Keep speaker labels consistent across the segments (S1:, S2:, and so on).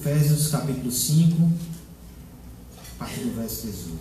S1: Efésios capítulo 5, a partir do verso 18.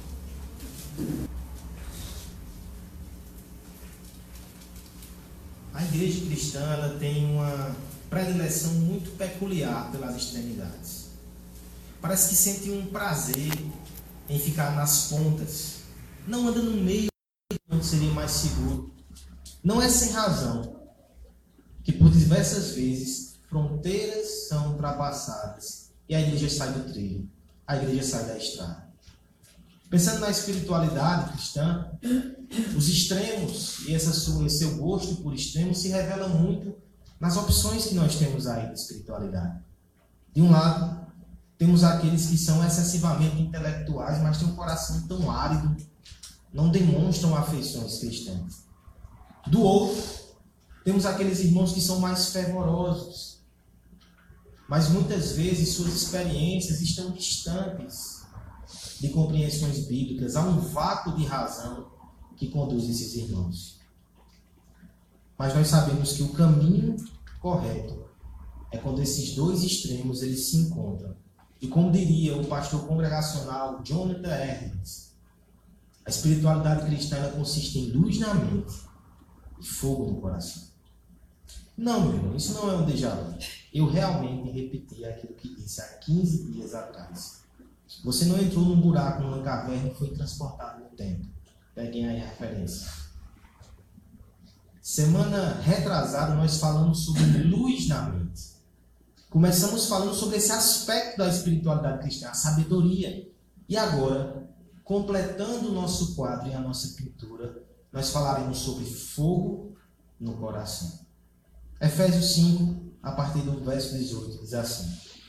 S1: A igreja cristã ela tem uma predileção muito peculiar pelas extremidades. Parece que sente um prazer em ficar nas pontas, não anda no meio onde seria mais seguro. Não é sem razão que por diversas vezes fronteiras são ultrapassadas e a igreja sai do trilho, a igreja sai da estrada. Pensando na espiritualidade cristã, os extremos e esse seu gosto por extremos se revela muito nas opções que nós temos aí de espiritualidade. De um lado, temos aqueles que são excessivamente intelectuais, mas têm um coração tão árido, não demonstram afeições cristãs. Do outro, temos aqueles irmãos que são mais fervorosos, mas muitas vezes suas experiências estão distantes de compreensões bíblicas. Há um vácuo de razão que conduz esses irmãos. Mas nós sabemos que o caminho correto é quando esses dois extremos eles se encontram. E como diria o pastor congregacional Jonathan Edwards, a espiritualidade cristã ela consiste em luz na mente e fogo no coração. Não, meu irmão, isso não é um déjà vu. Eu realmente repeti aquilo que disse há 15 dias atrás. Você não entrou num buraco, numa caverna e foi transportado no tempo. Peguem aí a referência. Semana retrasada nós falamos sobre luz na mente. Começamos falando sobre esse aspecto da espiritualidade cristã, a sabedoria. E agora, completando o nosso quadro e a nossa pintura, nós falaremos sobre fogo no coração. Efésios 5, a partir do verso 18, diz assim: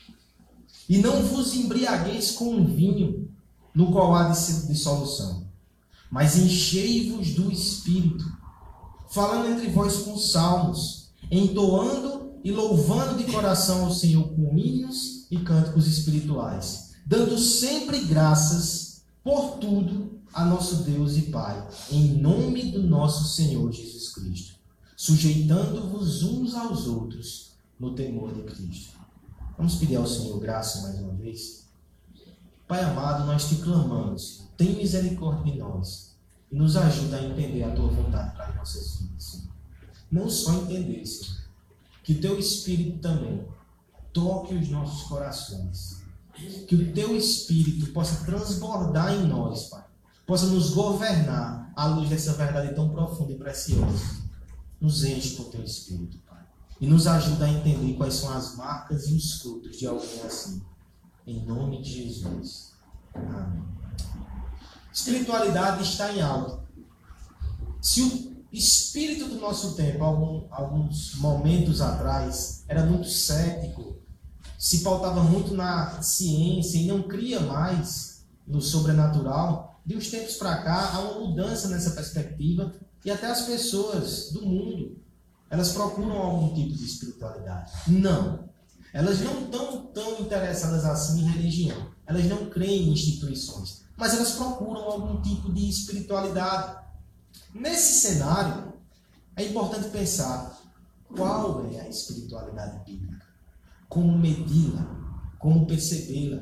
S1: E não vos embriagueis com vinho, no qual há dissolução, mas enchei-vos do Espírito, falando entre vós com salmos, entoando e louvando de coração ao Senhor com hinos e cânticos espirituais, dando sempre graças por tudo a nosso Deus e Pai, em nome do nosso Senhor Jesus Cristo, sujeitando-vos uns aos outros no temor de Cristo. Vamos pedir ao Senhor graça mais uma vez. Pai amado, nós te clamamos, tem misericórdia de nós e nos ajuda a entender a tua vontade para as nossas vidas, Senhor. Não só entender, Senhor, que o teu Espírito também toque os nossos corações, que o teu Espírito possa transbordar em nós, Pai, possa nos governar à luz dessa verdade tão profunda e preciosa. Nos enche com o teu Espírito, Pai, e nos ajuda a entender quais são as marcas e os frutos de alguém assim. Em nome de Jesus. Amém. Espiritualidade está em alta. Se o espírito do nosso tempo, alguns momentos atrás, era muito cético, se pautava muito na ciência e não cria mais no sobrenatural, de uns tempos para cá há uma mudança nessa perspectiva e até as pessoas do mundo, elas procuram algum tipo de espiritualidade. Não. Elas não estão tão interessadas assim em religião. Elas não creem em instituições. Mas elas procuram algum tipo de espiritualidade. Nesse cenário, é importante pensar qual é a espiritualidade bíblica. Como medi-la, como percebê-la.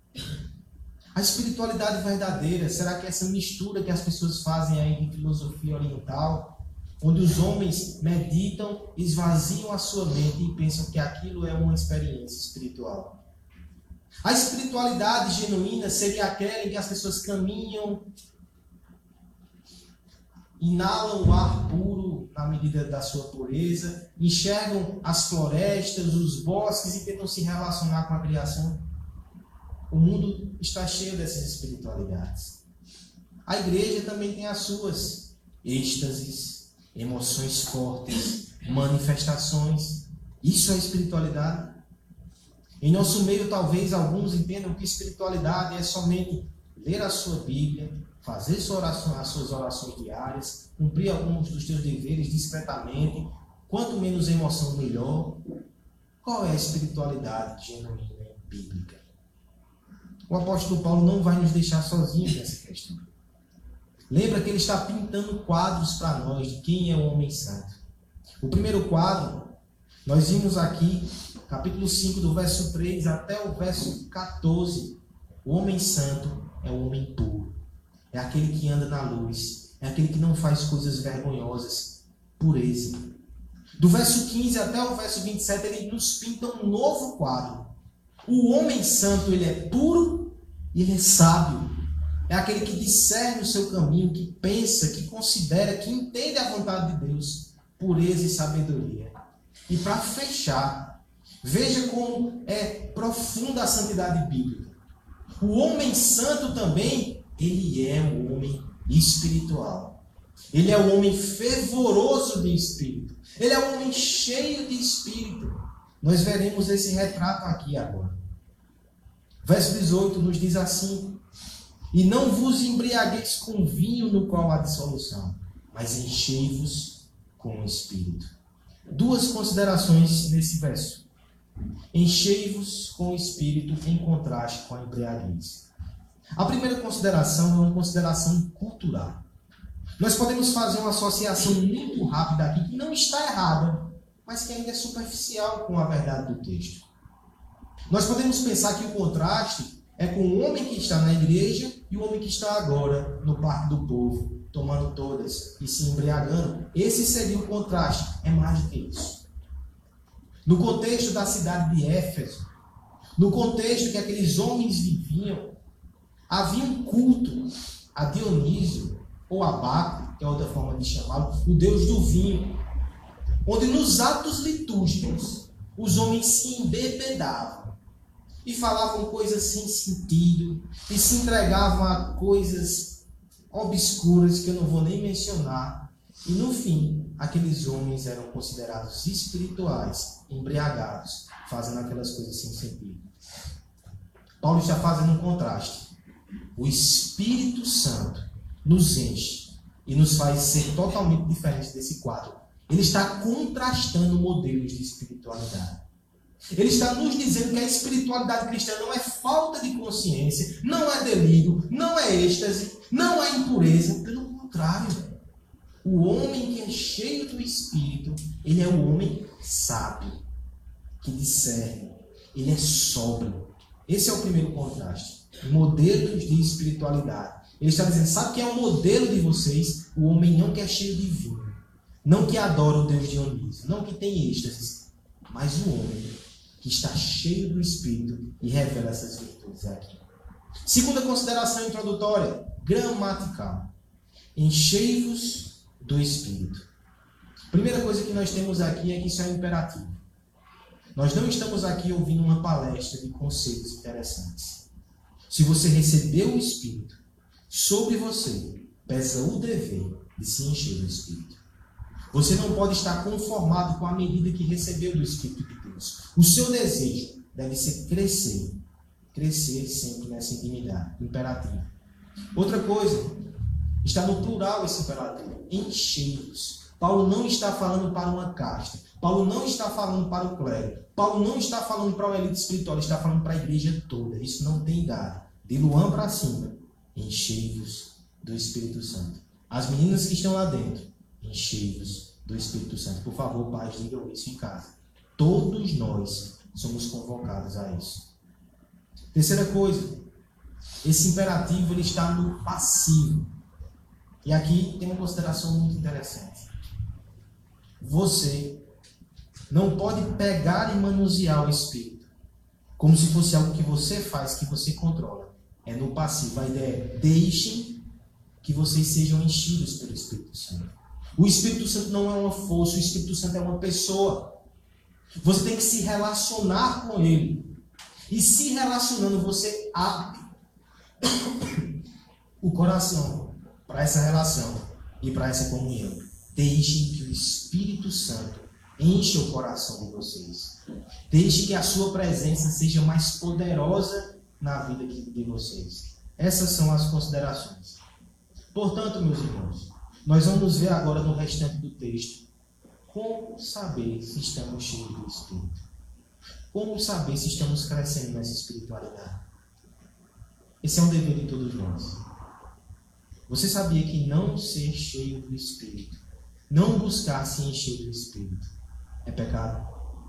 S1: A espiritualidade verdadeira, será que essa mistura que as pessoas fazem aí de filosofia oriental, onde os homens meditam, esvaziam a sua mente e pensam que aquilo é uma experiência espiritual? A espiritualidade genuína seria aquela em que as pessoas caminham, inalam o ar puro na medida da sua pureza, enxergam as florestas, os bosques e tentam se relacionar com a criação. O mundo está cheio dessas espiritualidades. A igreja também tem as suas êxtases, emoções fortes, manifestações. Isso é espiritualidade. Em nosso meio, talvez alguns entendam que espiritualidade é somente ler a sua Bíblia, fazer as suas orações diárias, cumprir alguns dos teus deveres discretamente. Quanto menos emoção, melhor. Qual é a espiritualidade genuína e bíblica? O apóstolo Paulo não vai nos deixar sozinhos nessa questão. Lembra que ele está pintando quadros para nós de quem é o homem santo. O primeiro quadro Nós vimos aqui, capítulo 5, do verso 3 até o verso 14. O homem santo é o homem puro. É aquele que anda na luz. É aquele que não faz coisas vergonhosas. Pureza. Do verso 15 até o verso 27, ele nos pinta um novo quadro. O homem santo, ele é puro e ele é sábio. É aquele que discerne o seu caminho, que pensa, que considera, que entende a vontade de Deus. Pureza e sabedoria. E para fechar, veja como é profunda a santidade bíblica. O homem santo também, ele é um homem espiritual. Ele é um homem fervoroso de espírito. Ele é um homem cheio de espírito. Nós veremos esse retrato aqui agora. Verso 18 nos diz assim: e não vos embriagueis com vinho no qual há dissolução, mas enchei-vos com o espírito. Duas considerações nesse verso. Enchei-vos com o espírito em contraste com a embriaguez. A primeira consideração é uma consideração cultural. Nós podemos fazer uma associação muito rápida aqui, que não está errada, mas que ainda é superficial com a verdade do texto. Nós podemos pensar que o contraste é com o homem que está na igreja e o homem que está agora no parque do povo, tomando todas e se embriagando. Esse seria o contraste. É mais do que isso. No contexto da cidade de Éfeso, no contexto que aqueles homens viviam, havia um culto a Dionísio, ou a Baco, que é outra forma de chamá-lo, o deus do vinho, onde nos atos litúrgicos os homens se embebedavam e falavam coisas sem sentido e se entregavam a coisas obscuras que eu não vou nem mencionar. E no fim, aqueles homens eram considerados espirituais, embriagados, fazendo aquelas coisas sem sentido. Paulo está fazendo um contraste. O Espírito Santo nos enche e nos faz ser totalmente diferentes desse quadro. Ele está contrastando modelos de espiritualidade. Ele está nos dizendo que a espiritualidade cristã não é falta de consciência, não é delírio, não é êxtase, não é impureza. Pelo contrário, o homem que é cheio do Espírito, ele é um homem sábio, que discerne, ele é sóbrio. Esse é o primeiro contraste. Modelos de espiritualidade. Ele está dizendo, sabe que é o modelo de vocês? O homem não que é cheio de vinho, não que adora o Deus Dionísio, não que tem êxtase, mas o homem que está cheio do Espírito e revela essas virtudes aqui. Segunda consideração introdutória, gramatical. Enchei-vos do Espírito. Primeira coisa que nós temos aqui é que isso é imperativo. Nós não estamos aqui ouvindo uma palestra de conceitos interessantes. Se você recebeu o Espírito, sobre você pesa o dever de se encher do Espírito. Você não pode estar conformado com a medida que recebeu do Espírito de Deus. O seu desejo deve ser crescer. Crescer sempre nessa intimidade. Imperativo. Outra coisa, está no plural esse imperativo. Enchei-vos. Paulo não está falando para uma casta. Paulo não está falando para o clero. Paulo não está falando para uma elite espiritual. Ele está falando para a igreja toda. Isso não tem idade. De Luan para cima. Enchei-vos do Espírito Santo. As meninas que estão lá dentro, enchei-vos do Espírito Santo. Por favor, pais, digam isso em casa. Todos nós somos convocados a isso. Terceira coisa, esse imperativo ele está no passivo. E aqui tem uma consideração muito interessante. Você não pode pegar e manusear o Espírito como se fosse algo que você faz, que você controla. É no passivo. A ideia é, deixem que vocês sejam enchidos pelo Espírito Santo. O Espírito Santo não é uma força, o Espírito Santo é uma pessoa. Você tem que se relacionar com Ele. E se relacionando, você abre o coração para essa relação e para essa comunhão. Deixem que o Espírito Santo encha o coração de vocês. Deixe que a sua presença seja mais poderosa na vida de vocês. Essas são as considerações. Portanto, meus irmãos, nós vamos ver agora no restante do texto como saber se estamos cheios do Espírito. Como saber se estamos crescendo nessa espiritualidade. Esse é um dever de todos nós. Você sabia que não ser cheio do Espírito, não buscar se encher do Espírito, é pecado?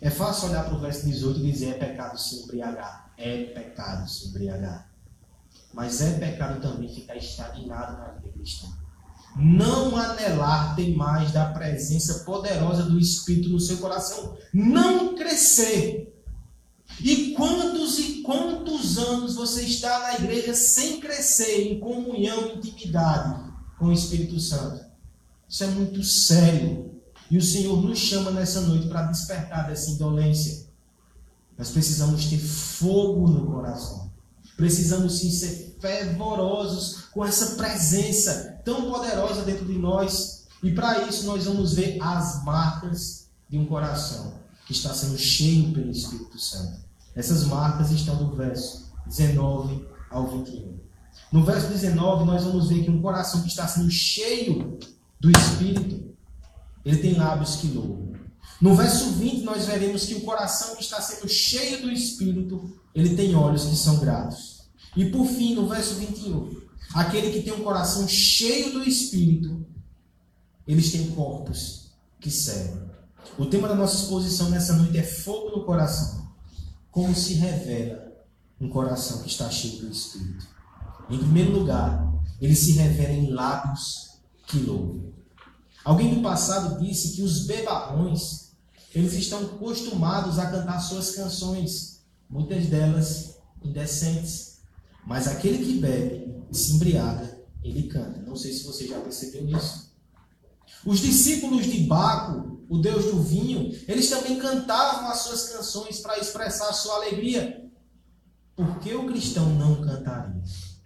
S1: É fácil olhar para o verso 18 e dizer: é pecado se embriagar. É pecado se embriagar. Mas é pecado também ficar estagnado na vida cristã. Não anelar ter mais da presença poderosa do Espírito no seu coração. Não crescer. E quantos anos você está na igreja sem crescer em comunhão, intimidade com o Espírito Santo? Isso é muito sério. E o Senhor nos chama nessa noite para despertar dessa indolência. Nós precisamos ter fogo no coração. Precisamos sim ser fervorosos com essa presença tão poderosa dentro de nós. E para isso nós vamos ver as marcas de um coração que está sendo cheio pelo Espírito Santo. Essas marcas estão do verso 19 ao 21. No verso 19 nós vamos ver que um coração que está sendo cheio do Espírito, ele tem lábios que louvam. No verso 20 nós veremos que o coração que está sendo cheio do Espírito, ele tem olhos que são gratos. E por fim, no verso 21, aquele que tem um coração cheio do Espírito, eles têm corpos que servem. O tema da nossa exposição nessa noite é fogo no coração. Como se revela um coração que está cheio do Espírito? Em primeiro lugar, ele se revela em lábios que louvam. Alguém do passado disse que os bebarrões, eles estão acostumados a cantar suas canções, muitas delas indecentes. Mas aquele que bebe e se embriaga, ele canta. Não sei se você já percebeu isso. Os discípulos de Baco, o deus do vinho, eles também cantavam as suas canções para expressar a sua alegria. Por que o cristão não cantaria?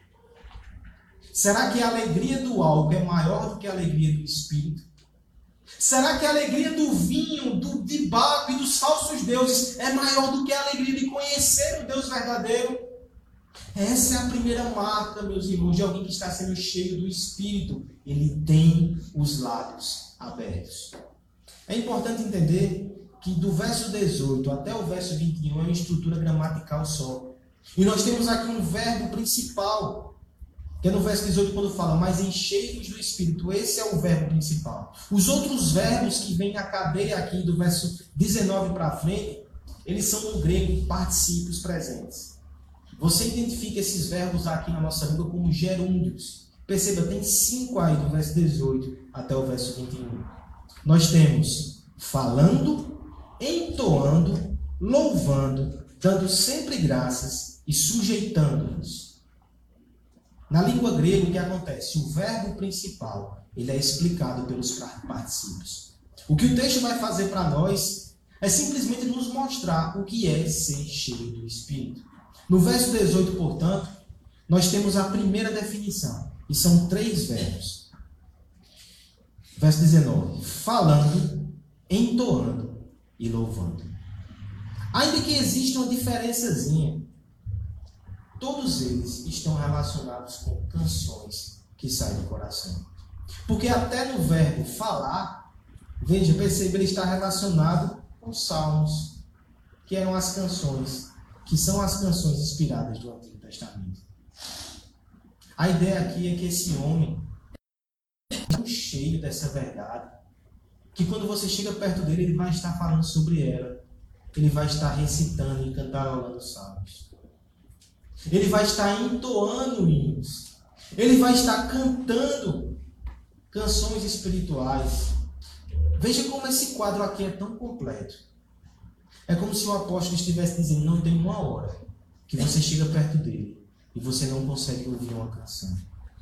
S1: Será que a alegria do álcool é maior do que a alegria do Espírito? Será que a alegria do vinho, de Baco e dos falsos deuses é maior do que a alegria de conhecer o Deus verdadeiro? Essa é a primeira marca, meus irmãos, de alguém que está sendo cheio do Espírito. Ele tem os lábios abertos. É importante entender que do verso 18 até o verso 21 é uma estrutura gramatical só. E nós temos aqui um verbo principal, que é no verso 18 quando fala, mas enchei-vos do Espírito. Esse é o verbo principal. Os outros verbos que vêm na cadeia aqui do verso 19 para frente, eles são no grego particípios presentes. Você identifica esses verbos aqui na nossa língua como gerúndios. Perceba, tem 5 aí do verso 18 até o verso 21. Nós temos falando, entoando, louvando, dando sempre graças e sujeitando-nos. Na língua grega, o que acontece? O verbo principal, ele é explicado pelos particípios. O que o texto vai fazer para nós é simplesmente nos mostrar o que é ser cheio do Espírito. No verso 18, portanto, nós temos a primeira definição, e são 3 verbos. Verso 19, falando, entoando e louvando. Ainda que exista uma diferençazinha, todos eles estão relacionados com canções que saem do coração. Porque até no verbo falar, veja, perceba, ele está relacionado com salmos, que eram as canções, que são as canções inspiradas do Antigo Testamento. A ideia aqui é que esse homem é tão cheio dessa verdade, que quando você chega perto dele, ele vai estar falando sobre ela. Ele vai estar recitando e cantarolando salmos. Ele vai estar entoando hinos. Ele vai estar cantando canções espirituais. Veja como esse quadro aqui é tão completo. É como se o apóstolo estivesse dizendo, não tem uma hora que você chega perto dele e você não consegue ouvir uma canção.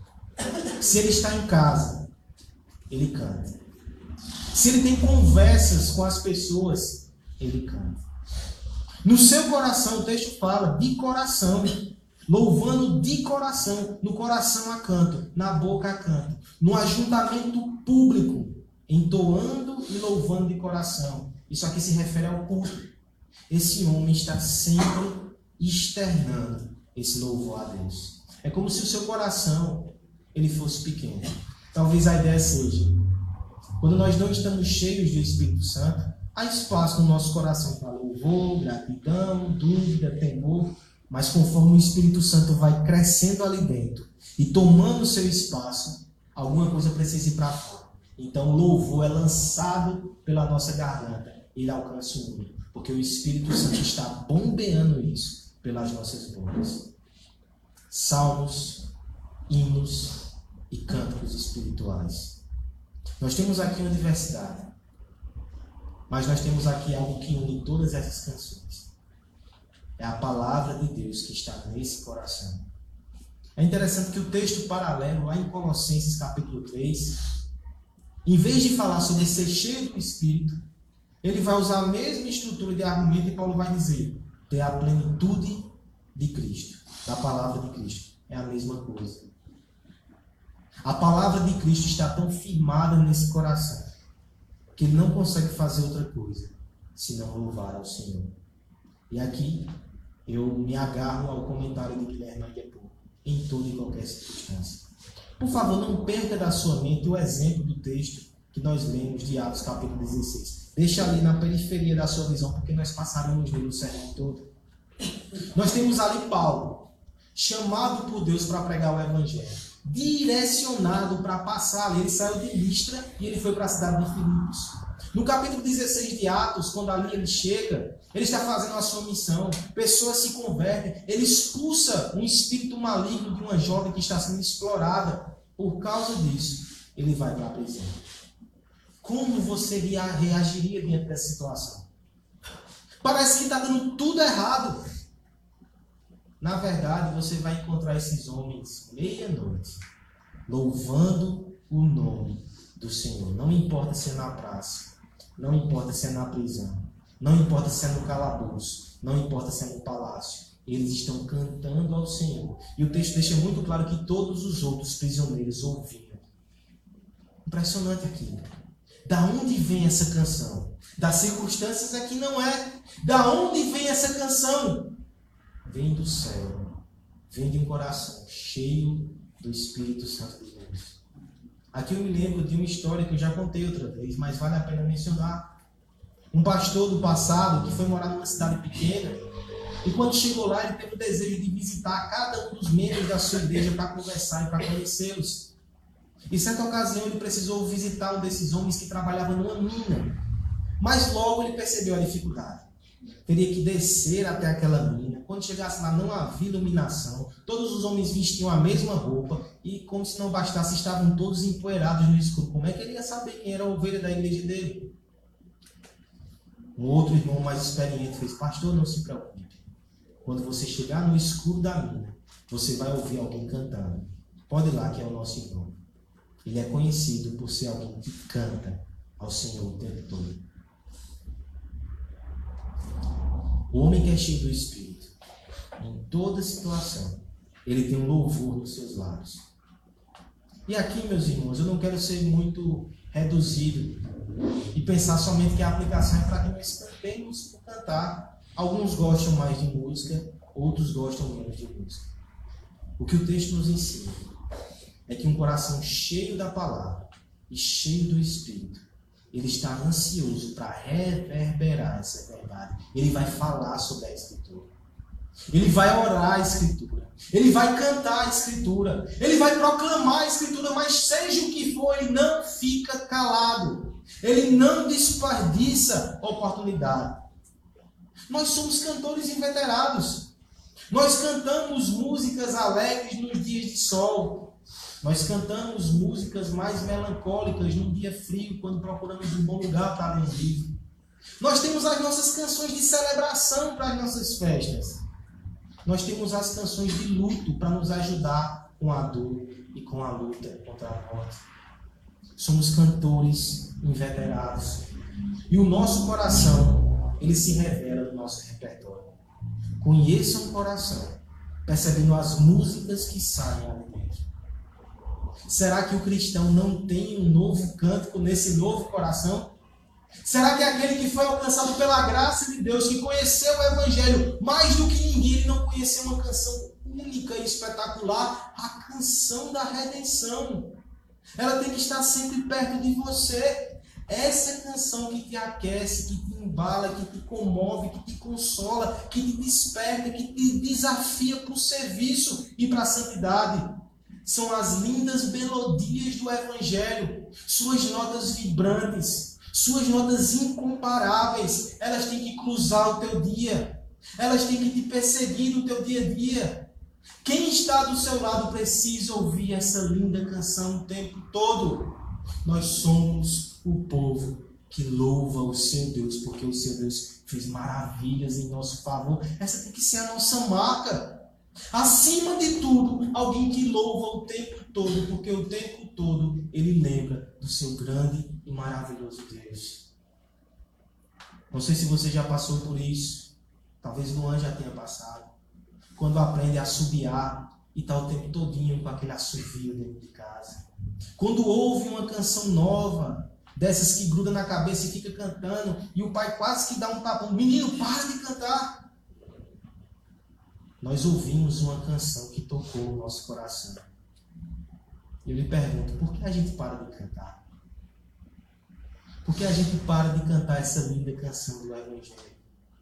S1: Se ele está em casa, ele canta. Se ele tem conversas com as pessoas, ele canta. No seu coração, o texto fala de coração, louvando de coração. No coração há canto, na boca há canto. No ajuntamento público, entoando e louvando de coração. Isso aqui se refere ao culto. Esse homem está sempre externando esse louvor a Deus. É como se o seu coração ele fosse pequeno. Talvez a ideia seja, quando nós não estamos cheios do Espírito Santo, há espaço no nosso coração para louvor, gratidão, dúvida, temor, mas conforme o Espírito Santo vai crescendo ali dentro e tomando seu espaço, alguma coisa precisa ir para fora. Então o louvor é lançado pela nossa garganta, ele alcança o mundo. Porque o Espírito Santo está bombeando isso pelas nossas bocas. Salmos, hinos e cânticos espirituais. Nós temos aqui uma diversidade, mas nós temos aqui algo que une todas essas canções. É a palavra de Deus que está nesse coração. É interessante que o texto paralelo, lá em Colossenses capítulo 3, em vez de falar sobre ser cheio do Espírito, ele vai usar a mesma estrutura de argumento e Paulo vai dizer: ter a plenitude de Cristo, da palavra de Cristo. É a mesma coisa. A palavra de Cristo está tão firmada nesse coração que ele não consegue fazer outra coisa senão louvar ao Senhor. E aqui eu me agarro ao comentário de Guilherme Aguepô, em toda e qualquer circunstância. Por favor, não perca da sua mente o exemplo do texto que nós lemos de Atos capítulo 16. Deixa ali na periferia da sua visão, porque nós passaremos nele o sermão todo. Nós temos ali Paulo, chamado por Deus para pregar o Evangelho, direcionado para passar ali. Ele saiu de Listra e ele foi para a cidade de Filipos. No capítulo 16 de Atos, quando ali ele chega, ele está fazendo a sua missão, pessoas se convertem, ele expulsa um espírito maligno de uma jovem que está sendo explorada. Por causa disso, ele vai para a prisão. Como você reagiria diante dessa situação? Parece que está dando tudo errado. Na verdade, você vai encontrar esses homens meia-noite, louvando o nome do Senhor. Não importa se é na praça, não importa se é na prisão, não importa se é no calabouço, não importa se é no palácio. Eles estão cantando ao Senhor. E o texto deixa muito claro que todos os outros prisioneiros ouviam. Impressionante aquilo. Da onde vem essa canção? Das circunstâncias aqui não é. Da onde vem essa canção? Vem do céu. Vem de um coração cheio do Espírito Santo de Deus. Aqui eu me lembro de uma história que eu já contei outra vez, mas vale a pena mencionar. Um pastor do passado que foi morar numa cidade pequena, e quando chegou lá, ele teve o desejo de visitar cada um dos membros da sua igreja para conversar e para conhecê-los. Em certa ocasião, ele precisou visitar um desses homens que trabalhava numa mina. Mas logo ele percebeu a dificuldade. Teria que descer até aquela mina. Quando chegasse lá, não havia iluminação. Todos os homens vestiam a mesma roupa. E, como se não bastasse, estavam todos empoeirados no escuro. Como é que ele ia saber quem era a ovelha da igreja dele? Um outro irmão mais experiente fez: pastor, não se preocupe. Quando você chegar no escuro da mina, você vai ouvir alguém cantando. Pode ir lá, que é o nosso irmão. Ele é conhecido por ser alguém que canta ao Senhor o tempo todo. O homem que é cheio do Espírito, em toda situação, ele tem um louvor nos seus lábios. E aqui, meus irmãos, eu não quero ser muito reduzido e pensar somente que a aplicação é para que nós cantemos por cantar. Alguns gostam mais de música, outros gostam menos de música. O que o texto nos ensina é que um coração cheio da palavra e cheio do Espírito, ele está ansioso para reverberar essa verdade. Ele vai falar sobre a Escritura. Ele vai orar a Escritura. Ele vai cantar a Escritura. Ele vai proclamar a Escritura, mas seja o que for, ele não fica calado. Ele não desperdiça oportunidade. Nós somos cantores inveterados. Nós cantamos músicas alegres nos dias de sol. Nós cantamos músicas mais melancólicas num dia frio, quando procuramos um bom lugar para ler um livro. Nós temos as nossas canções de celebração para as nossas festas. Nós temos as canções de luto para nos ajudar com a dor e com a luta contra a morte. Somos cantores inveterados. E o nosso coração, ele se revela no nosso repertório. Conheça um coração, percebendo as músicas que saem ali dentro. Será que o cristão não tem um novo cântico nesse novo coração? Será que aquele que foi alcançado pela graça de Deus, que conheceu o Evangelho mais do que ninguém, ele não conheceu uma canção única e espetacular? A canção da redenção. Ela tem que estar sempre perto de você. Essa canção que te aquece, que te embala, que te comove, que te consola, que te desperta, que te desafia para o serviço e para a santidade. São as lindas melodias do Evangelho, suas notas vibrantes, Suas notas incomparáveis, elas têm que cruzar o teu dia. Elas têm que te perseguir no teu dia a dia. Quem está do seu lado precisa ouvir essa linda canção o tempo todo. Nós somos o povo que louva o seu Deus, porque o seu Deus fez maravilhas em nosso favor. Essa tem que ser a nossa marca. Acima de tudo, alguém que louva o tempo todo, porque o tempo todo ele lembra do seu grande e maravilhoso Deus. Não sei se você já passou por isso. Talvez Luan já tenha passado. Quando aprende a assobiar e está o tempo todinho com aquele assovio dentro de casa. Quando ouve uma canção nova, dessas que gruda na cabeça e fica cantando, e o pai quase que dá um tapão. Menino, para de cantar. Nós ouvimos uma canção que tocou o nosso coração. Eu lhe pergunto, por que a gente para de cantar? Por que a gente para de cantar essa linda canção do Evangelho?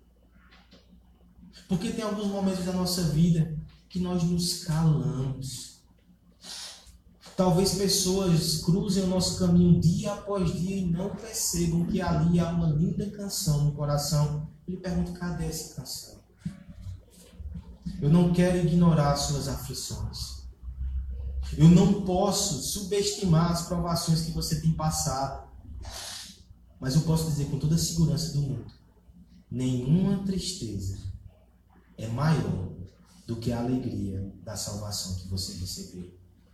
S1: Porque tem alguns momentos da nossa vida que nós nos calamos. Talvez pessoas cruzem o nosso caminho dia após dia e não percebam que ali há uma linda canção no coração. Eu lhe pergunto, cadê essa canção? Eu não quero ignorar suas aflições. Eu não posso subestimar as provações que você tem passado. Mas eu posso dizer com toda a segurança do mundo, nenhuma tristeza é maior do que a alegria da salvação que você recebeu.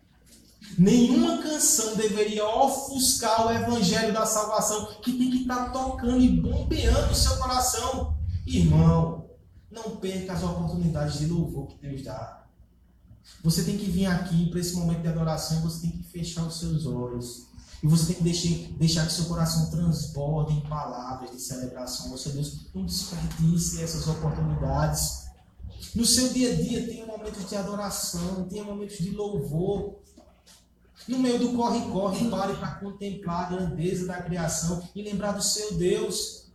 S1: Nenhuma canção deveria ofuscar o evangelho da salvação, que tem que estar tocando e bombeando o seu coração. Irmão, não perca as oportunidades de louvor que Deus dá. Você tem que vir aqui para esse momento de adoração e você tem que fechar os seus olhos. E você tem que deixar que seu coração transborde em palavras de celebração. Meu seu Deus, não desperdice essas oportunidades. No seu dia a dia tem momentos de adoração, tem momentos de louvor. No meio do corre-corre, pare para contemplar a grandeza da criação e lembrar do seu Deus.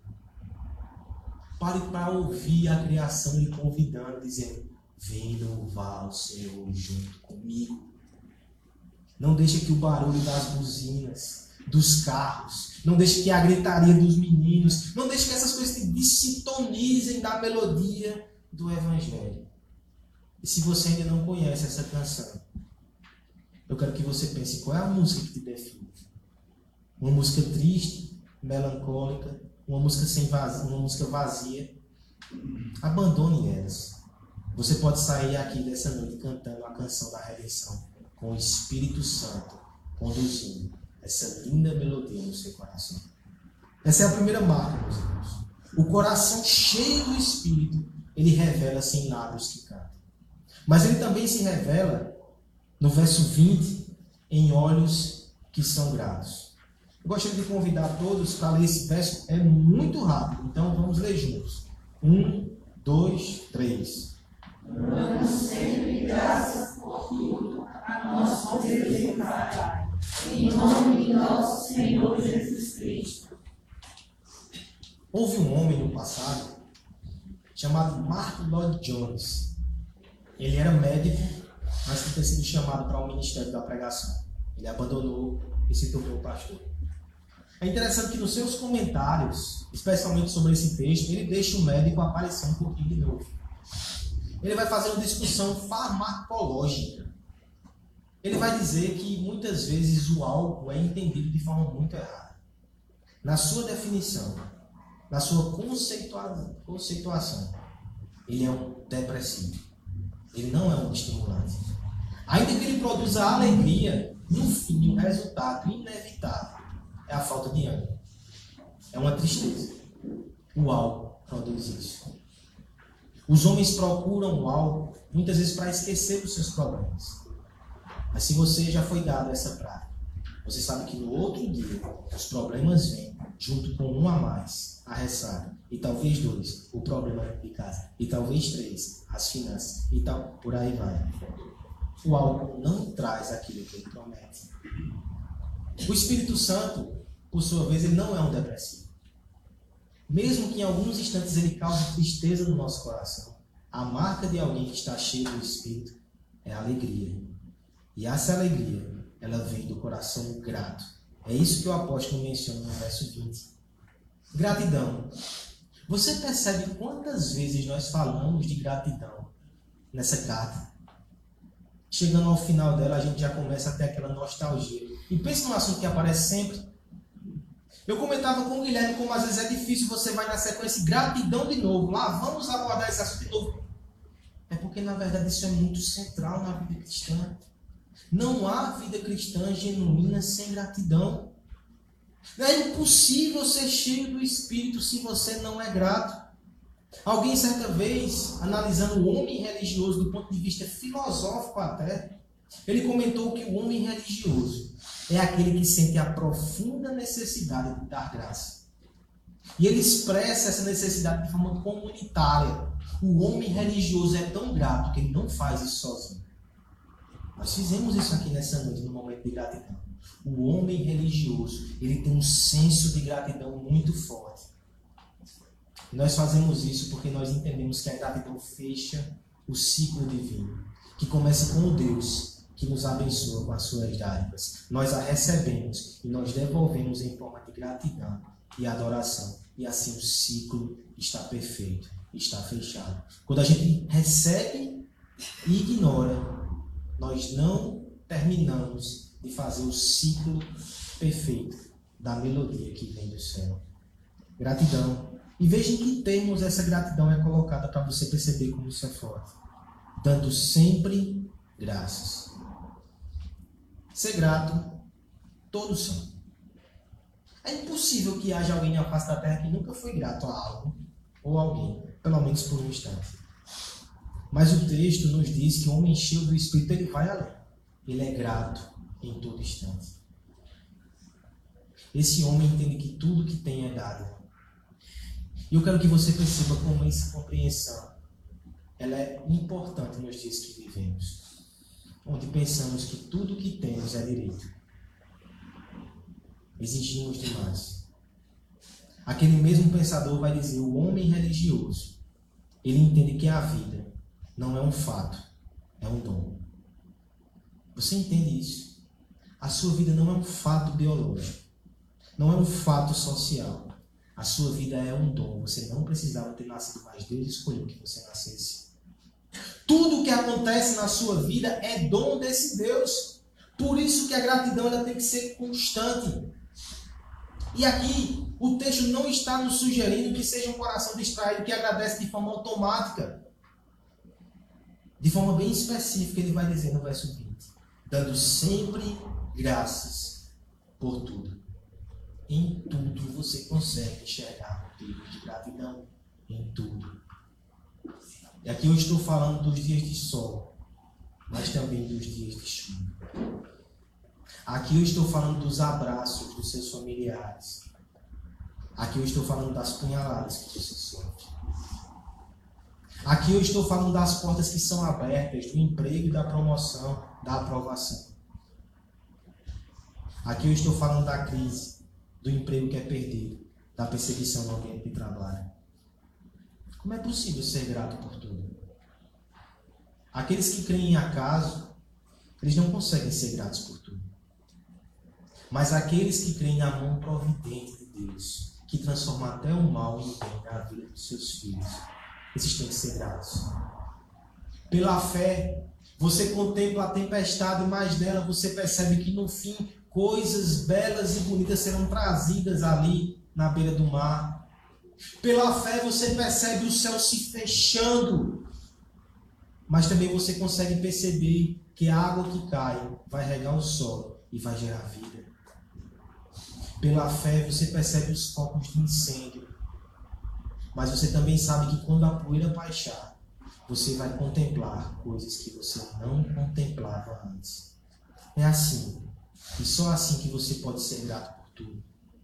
S1: Pare para ouvir a criação lhe convidando, dizendo, vem louvar o Senhor junto comigo. Não deixe que o barulho das buzinas, dos carros, não deixe que a gritaria dos meninos, não deixe que essas coisas te desintonizem da melodia do Evangelho. E se você ainda não conhece essa canção, eu quero que você pense qual é a música que te define. Uma música triste, melancólica, uma música vazia. Abandone elas. Você pode sair aqui dessa noite cantando a canção da redenção, com o Espírito Santo conduzindo essa linda melodia no seu coração. Essa é a primeira marca, meus irmãos. O coração cheio do Espírito, ele revela-se em lábios que cantam. Mas ele também se revela, no verso 20, em olhos que são gratos. Eu gostaria de convidar todos para ler esse verso, é muito rápido, então vamos ler juntos. 1, 2, 3.
S2: Damos sempre graças por tudo a nosso Deus e Pai, em nome de nosso Senhor Jesus Cristo.
S1: Houve um homem no passado chamado Martyn Lloyd-Jones. Ele era médico, mas tinha sido chamado para o ministério da pregação. Ele abandonou e se tornou pastor. É interessante que nos seus comentários, especialmente sobre esse texto, ele deixa o médico aparecer um pouquinho de novo. Ele vai fazer uma discussão farmacológica. Ele vai dizer que muitas vezes o álcool é entendido de forma muito errada. Na sua definição, na sua conceituação, ele é um depressivo. Ele não é um estimulante. Ainda que ele produza alegria, no fim, o resultado inevitável é a falta de ânimo. É uma tristeza. O álcool produz isso. Os homens procuram o álcool muitas vezes para esquecer dos seus problemas. Mas se você já foi dado essa prática, você sabe que no outro dia os problemas vêm junto com um a mais, a ressaca, e talvez 2, o problema de casa, e talvez 3, as finanças, e tal, por aí vai. O álcool não traz aquilo que ele promete. O Espírito Santo, por sua vez, ele não é um depressivo. Mesmo que em alguns instantes ele cause tristeza no nosso coração, a marca de alguém que está cheio do Espírito é a alegria. E essa alegria, ela vem do coração grato. É isso que o apóstolo menciona no verso 20. Gratidão. Você percebe quantas vezes nós falamos de gratidão nessa carta? Chegando ao final dela, a gente já começa a ter aquela nostalgia. E pensa num assunto que aparece sempre. Eu comentava com o Guilherme como às vezes é difícil, você vai na sequência gratidão de novo. Lá, vamos abordar esse assunto de novo. É porque, na verdade, isso é muito central na vida cristã. Não há vida cristã genuína sem gratidão. É impossível ser cheio do Espírito se você não é grato. Alguém, certa vez, analisando o homem religioso do ponto de vista filosófico até, ele comentou que o homem religioso é aquele que sente a profunda necessidade de dar graça. E ele expressa essa necessidade de forma comunitária. O homem religioso é tão grato que ele não faz isso sozinho. Nós fizemos isso aqui nessa noite, no momento de gratidão. O homem religioso, ele tem um senso de gratidão muito forte. E nós fazemos isso porque nós entendemos que a gratidão fecha o ciclo divino, que começa com o Deus que nos abençoa com as suas dádivas. Nós a recebemos e nós devolvemos em forma de gratidão e adoração. E assim o ciclo está perfeito, está fechado. Quando a gente recebe e ignora, nós não terminamos de fazer o ciclo perfeito da melodia que vem do céu. Gratidão. E veja em que termos essa gratidão é colocada para você perceber como isso é forte. Dando sempre graças. Ser grato, todos são. É impossível que haja alguém na face da terra que nunca foi grato a algo ou alguém, pelo menos por um instante. Mas o texto nos diz que o homem cheio do Espírito, ele vai além. Ele é grato em todo instante. Esse homem entende que tudo que tem é dado. E eu quero que você perceba como essa compreensão ela é importante nos dias que vivemos, onde pensamos que tudo que temos é direito. Exigimos demais. Aquele mesmo pensador vai dizer, o homem religioso, ele entende que a vida não é um fato, é um dom. Você entende isso? A sua vida não é um fato biológico, não é um fato social. A sua vida é um dom. Você não precisava ter nascido, mas Deus escolheu que você nascesse. Tudo o que acontece na sua vida é dom desse Deus. Por isso que a gratidão ela tem que ser constante. E aqui, o texto não está nos sugerindo que seja um coração distraído que agradece de forma automática. De forma bem específica, ele vai dizer no verso 20. Dando sempre graças por tudo. Em tudo você consegue enxergar motivos de gratidão. Em tudo. E aqui eu estou falando dos dias de sol, mas também dos dias de chuva. Aqui eu estou falando dos abraços dos seus familiares. Aqui eu estou falando das punhaladas que você sofre. Aqui eu estou falando das portas que são abertas, do emprego e da promoção, da aprovação. Aqui eu estou falando da crise, do emprego que é perdido, da perseguição no ambiente de trabalho. Como é possível ser grato por tudo? Aqueles que creem em acaso, eles não conseguem ser gratos por tudo. Mas aqueles que creem na mão providente de Deus, que transforma até o mal em bem na vida dos seus filhos, esses têm que ser gratos. Pela fé, você contempla a tempestade, mas dela você percebe que no fim coisas belas e bonitas serão trazidas ali na beira do mar. Pela fé você percebe o céu se fechando, mas também você consegue perceber que a água que cai vai regar o solo e vai gerar vida. Pela fé você percebe os focos de incêndio, mas você também sabe que quando a poeira baixar, você vai contemplar coisas que você não contemplava antes. É assim. E só assim que você pode ser grato por tudo.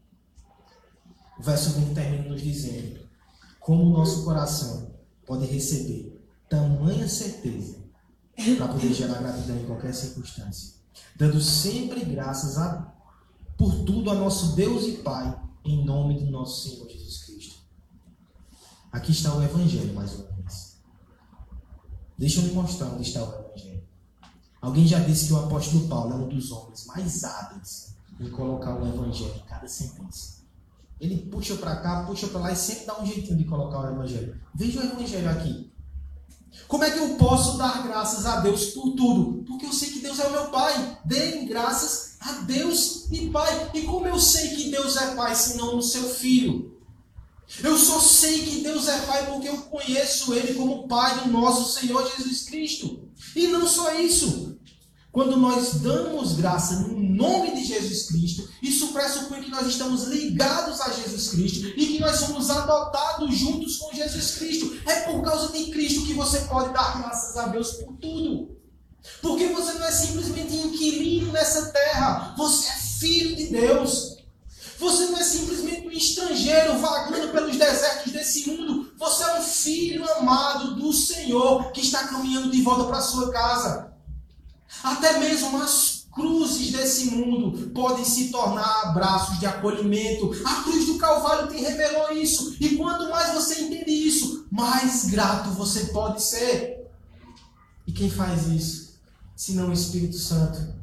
S1: O verso 20 termina nos dizendo como o nosso coração pode receber tamanha certeza para poder gerar gratidão em qualquer circunstância. Dando sempre graças por tudo a nosso Deus e Pai, em nome do nosso Senhor Jesus Cristo. Aqui está o Evangelho mais uma vez. Deixa eu lhe mostrar onde está o Evangelho. Alguém já disse que o apóstolo Paulo é um dos homens mais hábeis em colocar o Evangelho em cada sentença. Ele puxa para cá, puxa para lá e sempre dá um jeitinho de colocar o Evangelho. Veja o Evangelho aqui. Como é que eu posso dar graças a Deus por tudo? Porque eu sei que Deus é o meu Pai. Deem graças a Deus e Pai. E como eu sei que Deus é Pai, senão no seu Filho? Eu só sei que Deus é Pai porque eu conheço Ele como Pai do nosso Senhor Jesus Cristo. E não só isso. Quando nós damos graça no nome de Jesus Cristo, isso pressupõe que nós estamos ligados a Jesus Cristo e que nós somos adotados juntos com Jesus Cristo. É por causa de Cristo que você pode dar graças a Deus por tudo. Porque você não é simplesmente inquilino nessa terra, você é filho de Deus. Você não é simplesmente um estrangeiro vagando pelos desertos desse mundo. Você é um filho amado do Senhor que está caminhando de volta para a sua casa. Até mesmo as cruzes desse mundo podem se tornar abraços de acolhimento. A cruz do Calvário te revelou isso. E quanto mais você entende isso, mais grato você pode ser. E quem faz isso? Senão o Espírito Santo.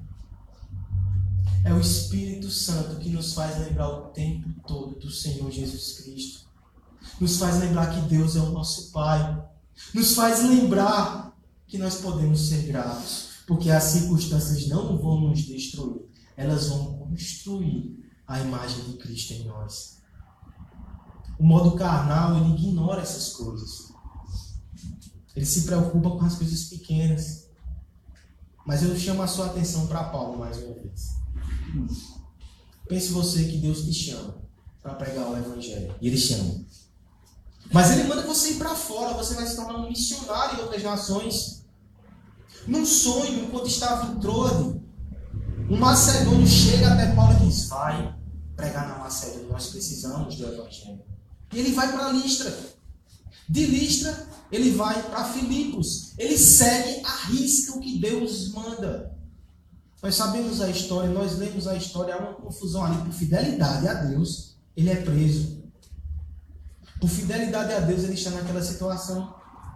S1: É o Espírito Santo que nos faz lembrar o tempo todo do Senhor Jesus Cristo. Nos faz lembrar que Deus é o nosso Pai. Nos faz lembrar que nós podemos ser gratos. Porque as circunstâncias não vão nos destruir. Elas vão construir a imagem de Cristo em nós. O modo carnal, ele ignora essas coisas. Ele se preocupa com as coisas pequenas. Mas eu chamo a sua atenção para Paulo mais uma vez. Pense você que Deus te chama para pregar o Evangelho. E Ele chama. Mas Ele manda você ir para fora. Você vai se tornar um missionário em outras nações. Num sonho, enquanto estava em Troade, um macedônio chega até Paulo e diz: vai pregar na Macedônia, nós precisamos do Evangelho. E ele vai para Listra. De Listra, ele vai para Filipos. Ele segue à risca o que Deus manda. Nós sabemos a história, nós lemos a história, há uma confusão ali. Por fidelidade a Deus, ele é preso. Por fidelidade a Deus, ele está naquela situação.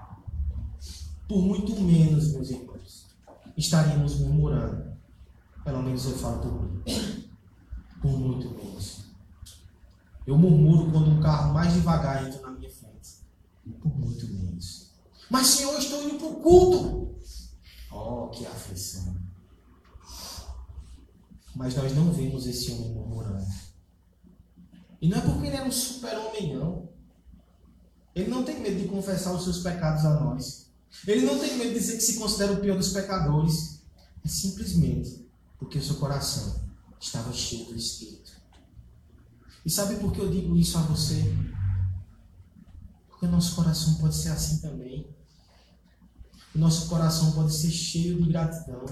S1: Por muito menos, meus irmãos, estaríamos murmurando. Pelo menos eu falo por mim. Por muito menos. Eu murmuro quando um carro mais devagar entra na minha frente. Por muito menos. Mas, Senhor, eu estou indo para o culto. Oh, que aflição. Mas nós não vemos esse homem murmurando. E não é porque ele era um super-homem, não. Ele não tem medo de confessar os seus pecados a nós. Ele não tem medo de dizer que se considera o pior dos pecadores. É simplesmente porque o seu coração estava cheio do Espírito. E sabe por que eu digo isso a você? Porque o nosso coração pode ser assim também. O nosso coração pode ser cheio de gratidão.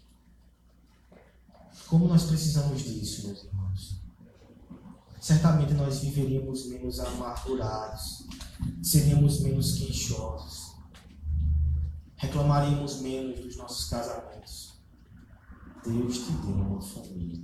S1: Como nós precisamos disso, meus irmãos? Certamente nós viveríamos menos amargurados, seríamos menos queixosos, reclamaríamos menos dos nossos casamentos. Deus te deu uma família.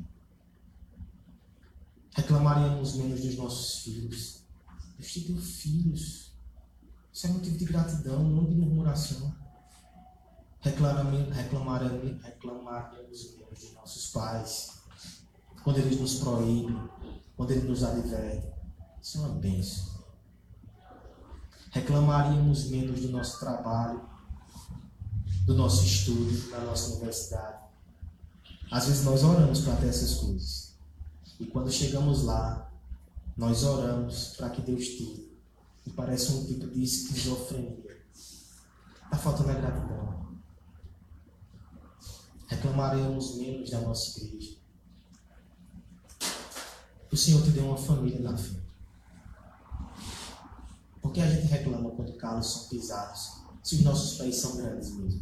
S1: Reclamaríamos menos dos nossos filhos. Deus te deu filhos. Isso é motivo de gratidão, não de murmuração. Reclamaremos menos dos nossos pais. Quando eles nos proíbem, quando eles nos advertem. Isso é uma bênção. Reclamaríamos menos do nosso trabalho, do nosso estudo, da nossa universidade. Às vezes nós oramos para ter essas coisas. E quando chegamos lá, nós oramos para que Deus tire. E parece um tipo de esquizofrenia. Está faltando a gratidão. Reclamaremos menos da nossa igreja. O Senhor te deu uma família na fé. Por que a gente reclama quando carros são pisados, se os nossos pés são grandes mesmo?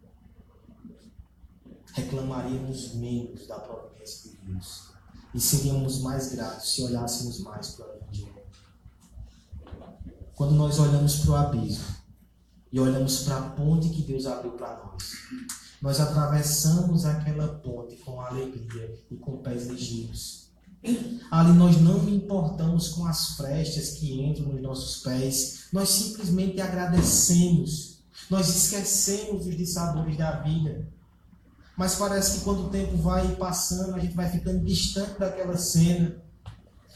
S1: Reclamaríamos menos da providência de Deus. E seríamos mais gratos se olhássemos mais para o Evangelho. Quando nós olhamos para o abismo e olhamos para a ponte que Deus abriu para nós, nós atravessamos aquela ponte com alegria e com pés ligeiros. Ali nós não importamos com as frestas que entram nos nossos pés. Nós simplesmente agradecemos. Nós esquecemos os dissabores da vida. Mas parece que quando o tempo vai passando, a gente vai ficando distante daquela cena.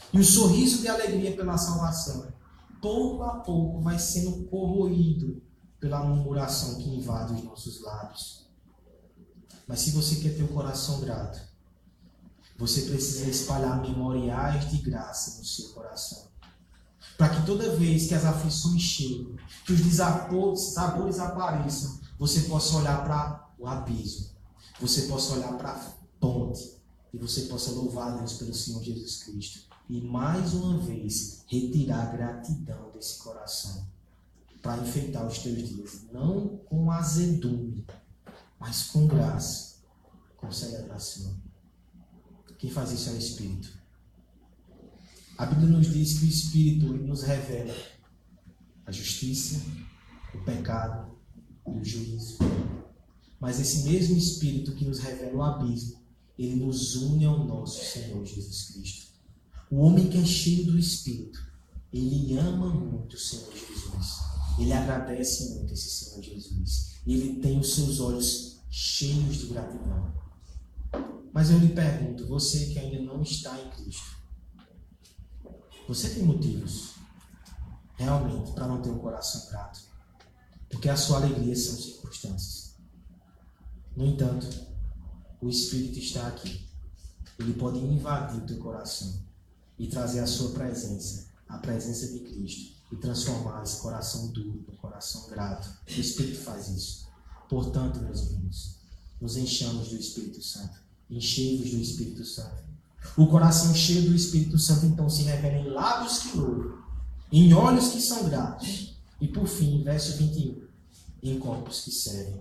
S1: E o sorriso de alegria pela salvação, pouco a pouco, vai sendo corroído pela murmuração que invade os nossos lábios. Mas se você quer ter o coração grato, você precisa espalhar memoriais de graça no seu coração. Para que toda vez que as aflições cheguem, que os sabores apareçam, você possa olhar para o abismo, você possa olhar para a ponte e você possa louvar a Deus pelo Senhor Jesus Cristo. E mais uma vez, retirar a gratidão desse coração para enfeitar os teus dias, não com azedume, mas com graça, com celebração. Quem faz isso é o Espírito. A Bíblia nos diz que o Espírito nos revela a justiça, o pecado e o juízo. Mas esse mesmo Espírito que nos revela o abismo, ele nos une ao nosso Senhor Jesus Cristo. O homem que é cheio do Espírito, ele ama muito o Senhor Jesus. Ele agradece muito esse Senhor Jesus. E ele tem os seus olhos cheios de gratidão. Mas eu lhe pergunto, você que ainda não está em Cristo, você tem motivos realmente para não ter um coração grato? Porque a sua alegria são circunstâncias. No entanto, o Espírito está aqui. Ele pode invadir o teu coração e trazer a sua presença, a presença de Cristo, e transformar esse coração duro em um coração grato. O Espírito faz isso. Portanto, meus irmãos, nos enchamos do Espírito Santo. Enchei-vos do Espírito Santo. O coração cheio do Espírito Santo, então, se revela em lábios que louvam, em olhos que são gratos. E, por fim, verso 21, em corpos que servem.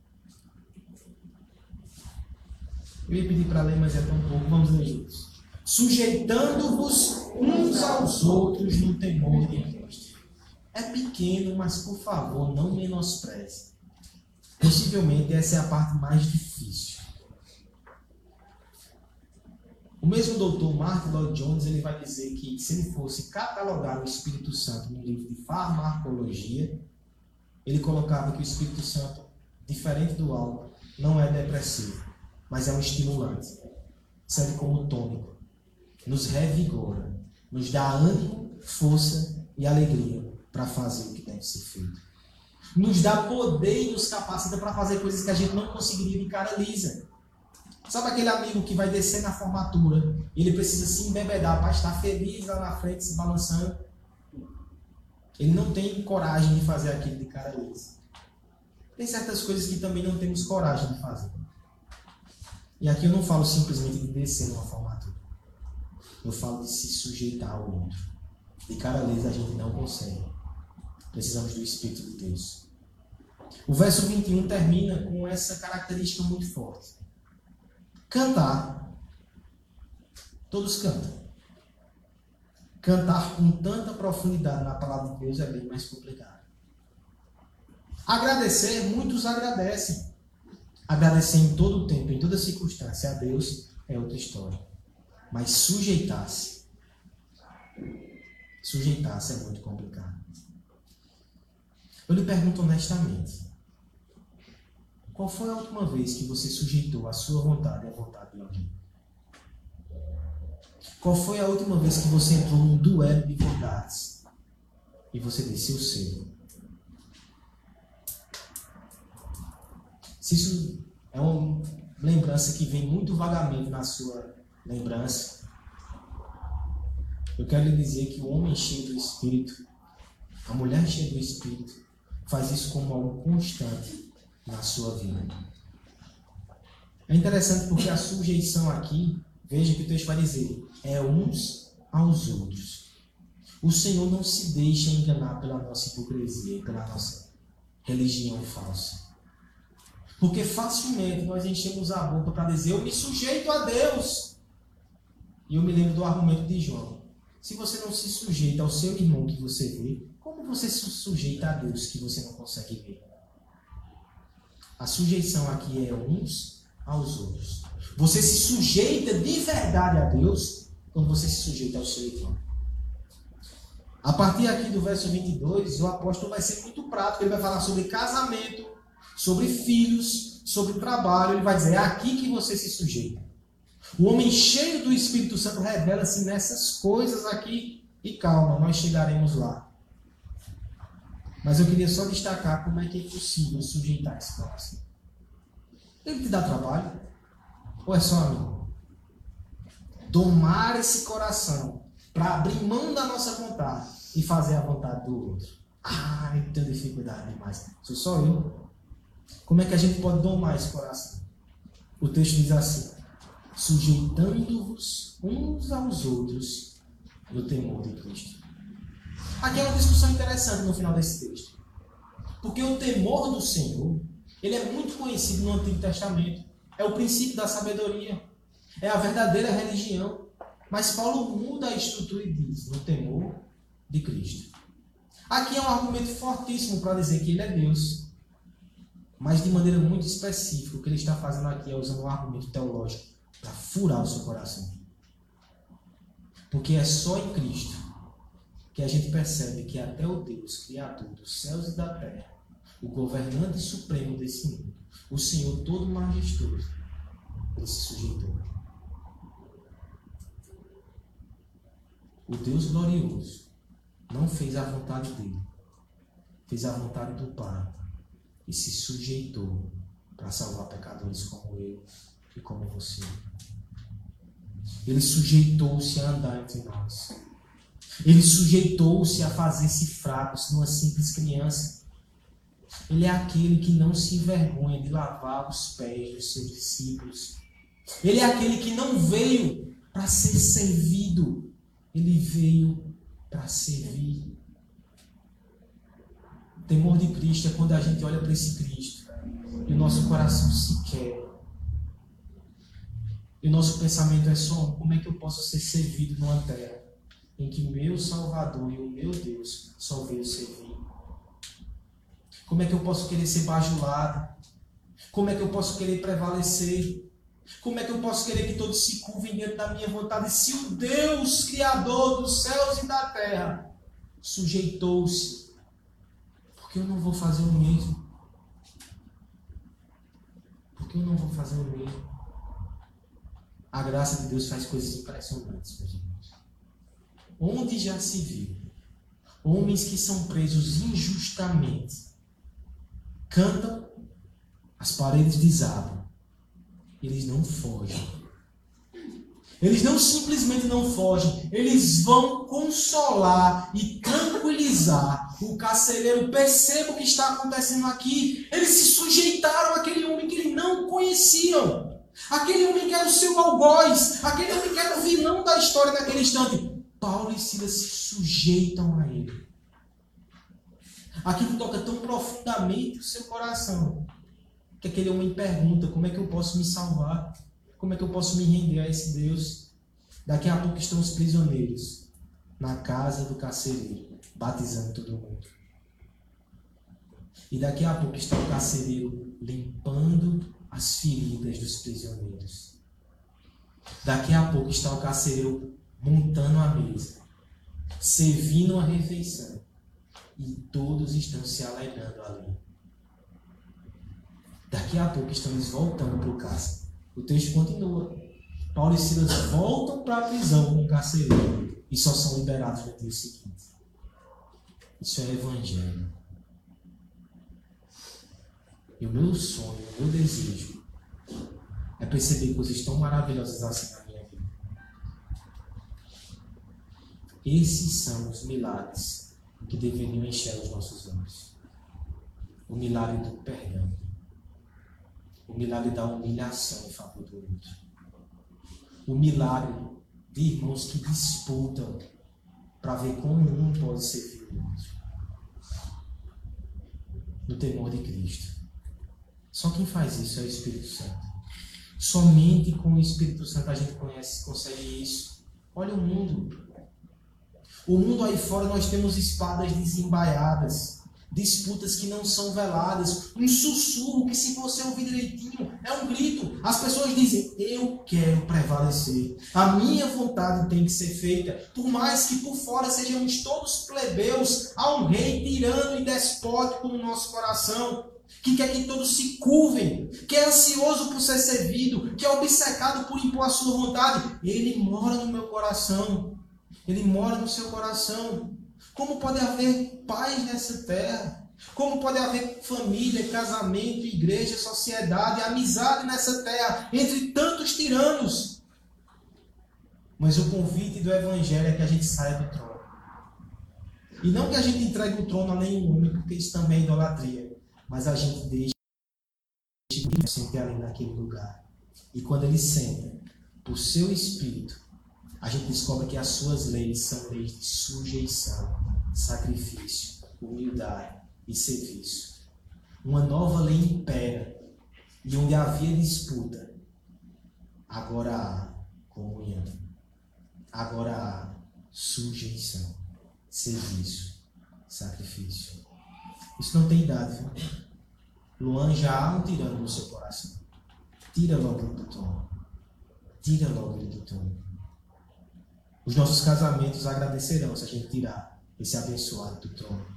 S1: Eu ia pedir para ler, mas é tão pouco. Vamos ler juntos. Sujeitando-vos uns aos outros no temor de Cristo. É pequeno, mas, por favor, não menospreze. Possivelmente, essa é a parte mais difícil. O mesmo doutor Martin Lloyd Jones, ele vai dizer que se ele fosse catalogar o Espírito Santo no livro de farmacologia, ele colocava que o Espírito Santo, diferente do álcool, não é depressivo, mas é um estimulante. Serve como tônico, nos revigora, nos dá ânimo, força e alegria para fazer o que deve ser feito. Nos dá poder e nos capacita para fazer coisas que a gente não conseguiria de cara lisa. Sabe aquele amigo que vai descer na formatura e ele precisa se embebedar para estar feliz lá na frente, se balançando? Ele não tem coragem de fazer aquilo de cara lisa. Tem certas coisas que também não temos coragem de fazer. E aqui eu não falo simplesmente de descer numa formatura. Eu falo de se sujeitar ao outro. De cara lisa a gente não consegue. Precisamos do Espírito de Deus. O verso 21 termina com essa característica muito forte. Cantar. Todos cantam. Cantar com tanta profundidade na palavra de Deus é bem mais complicado. Agradecer, muitos agradecem. Agradecer em todo o tempo, em toda circunstância a Deus é outra história. Mas sujeitar-se é muito complicado. Eu lhe pergunto honestamente, qual foi a última vez que você sujeitou a sua vontade à vontade de alguém? Qual foi a última vez que você entrou num duelo de vontades e você disse eu sei? Se isso é uma lembrança que vem muito vagamente na sua lembrança, eu quero lhe dizer que o homem cheio do Espírito, a mulher cheia do Espírito, faz isso como algo constante na sua vida. É interessante porque a sujeição aqui, veja que o texto vai dizer, é uns aos outros. O Senhor não se deixa enganar pela nossa hipocrisia, pela nossa religião falsa. Porque facilmente nós enchemos a boca para dizer, eu me sujeito a Deus. E eu me lembro do argumento de João. Se você não se sujeita ao seu irmão que você vê, como você se sujeita a Deus que você não consegue ver? A sujeição aqui é uns aos outros. Você se sujeita de verdade a Deus quando você se sujeita ao seu irmão. A partir aqui do verso 22, o apóstolo vai ser muito prático. Ele vai falar sobre casamento, sobre filhos, sobre trabalho. Ele vai dizer, é aqui que você se sujeita. O homem cheio do Espírito Santo revela-se nessas coisas aqui. E calma, nós chegaremos lá. Mas eu queria só destacar como é que é possível sujeitar esse coração. Ele te dá trabalho? Ou é só a mim? Domar esse coração para abrir mão da nossa vontade e fazer a vontade do outro. Eu tenho dificuldade demais. Sou só eu. Como é que a gente pode domar esse coração? O texto diz assim: sujeitando-vos uns aos outros no temor de Cristo. Aqui é uma discussão interessante no final desse texto. Porque o temor do Senhor, ele é muito conhecido no Antigo Testamento. É o princípio da sabedoria. É a verdadeira religião. Mas Paulo muda a estrutura e diz: no temor de Cristo. Aqui é um argumento fortíssimo para dizer que ele é Deus. Mas de maneira muito específica, o que ele está fazendo aqui é usando um argumento teológico para furar o seu coração. Porque é só em Cristo que a gente percebe que até o Deus, Criador dos céus e da terra, o governante supremo desse mundo, o Senhor todo majestoso, ele se sujeitou. O Deus glorioso não fez a vontade dele, fez a vontade do Pai e se sujeitou para salvar pecadores como eu e como você. Ele sujeitou-se a andar entre nós. Ele sujeitou-se a fazer-se fraco, se uma simples criança. Ele é aquele que não se envergonha de lavar os pés dos seus discípulos. Ele é aquele que não veio para ser servido. Ele veio para servir. O temor de Cristo é quando a gente olha para esse Cristo e o nosso coração se quebra. E o nosso pensamento é só: como é que eu posso ser servido numa terra em que meu Salvador e o meu Deus só veio servir? Como é que eu posso querer ser bajulado? Como é que eu posso querer prevalecer? Como é que eu posso querer que todos se curvem diante da minha vontade se o Deus, Criador dos céus e da terra, sujeitou-se? Porque eu não vou fazer o mesmo? Porque eu não vou fazer o mesmo? A graça de Deus faz coisas impressionantes, meus irmãos. Onde já se viu homens que são presos injustamente, cantam, as paredes desabam, eles não fogem. Eles não simplesmente não fogem, eles vão consolar e tranquilizar o carcereiro. Perceba o que está acontecendo aqui. Eles se sujeitaram àquele homem que eles não conheciam. Aquele homem que era o seu algoz, aquele homem que era o vilão da história naquele instante. Paulo e Silas se sujeitam a ele. Aquilo toca tão profundamente o seu coração que aquele homem pergunta: como é que eu posso me salvar? Como é que eu posso me render a esse Deus? Daqui a pouco estão os prisioneiros na casa do carcereiro, batizando todo mundo. E daqui a pouco está o carcereiro limpando as feridas dos prisioneiros. Daqui a pouco está o carcereiro montando a mesa, servindo a refeição. E todos estão se alegrando ali. Daqui a pouco estão eles voltando para o cárcere. O texto continua. Paulo e Silas voltam para a prisão com o carcereiro e só são liberados no dia seguinte. Isso é evangelho. E o meu sonho, o meu desejo é perceber coisas tão maravilhosas assim na minha vida. Esses são os milagres que deveriam encher os nossos olhos. O milagre do perdão. O milagre da humilhação em favor do outro. O milagre de irmãos que disputam para ver como um pode servir o outro. No temor de Cristo. Só quem faz isso é o Espírito Santo. Somente com o Espírito Santo a gente consegue isso. Olha o mundo. O mundo aí fora nós temos espadas desembaiadas. Disputas que não são veladas, um sussurro que, se você ouvir direitinho, é um grito. As pessoas dizem: eu quero prevalecer, a minha vontade tem que ser feita. Por mais que por fora sejamos todos plebeus, há um rei tirano e despótico no nosso coração. que quer que todos se curvem, que é ansioso por ser servido, que é obcecado por impor a sua vontade. Ele mora no meu coração. Ele mora no seu coração. Como pode haver paz nessa terra? Como pode haver família, casamento, igreja, sociedade, amizade nessa terra, entre tantos tiranos? Mas o convite do Evangelho é que a gente saia do trono. E não que a gente entregue o trono a nenhum homem, porque isso também é idolatria. Mas a gente deixa Deus sentar ali naquele lugar. E quando ele senta, por seu Espírito, a gente descobre que as suas leis são leis de sujeição, sacrifício, humildade e serviço. Uma nova lei impera. E onde havia disputa, agora há comunhão. Agora há sujeição, serviço, sacrifício. Isso não tem idade, viu? Luan, já há um tirano no seu coração. Tira logo ele do trono. Tira logo ele do trono. Os nossos casamentos agradecerão se a gente tirar esse abençoado do trono.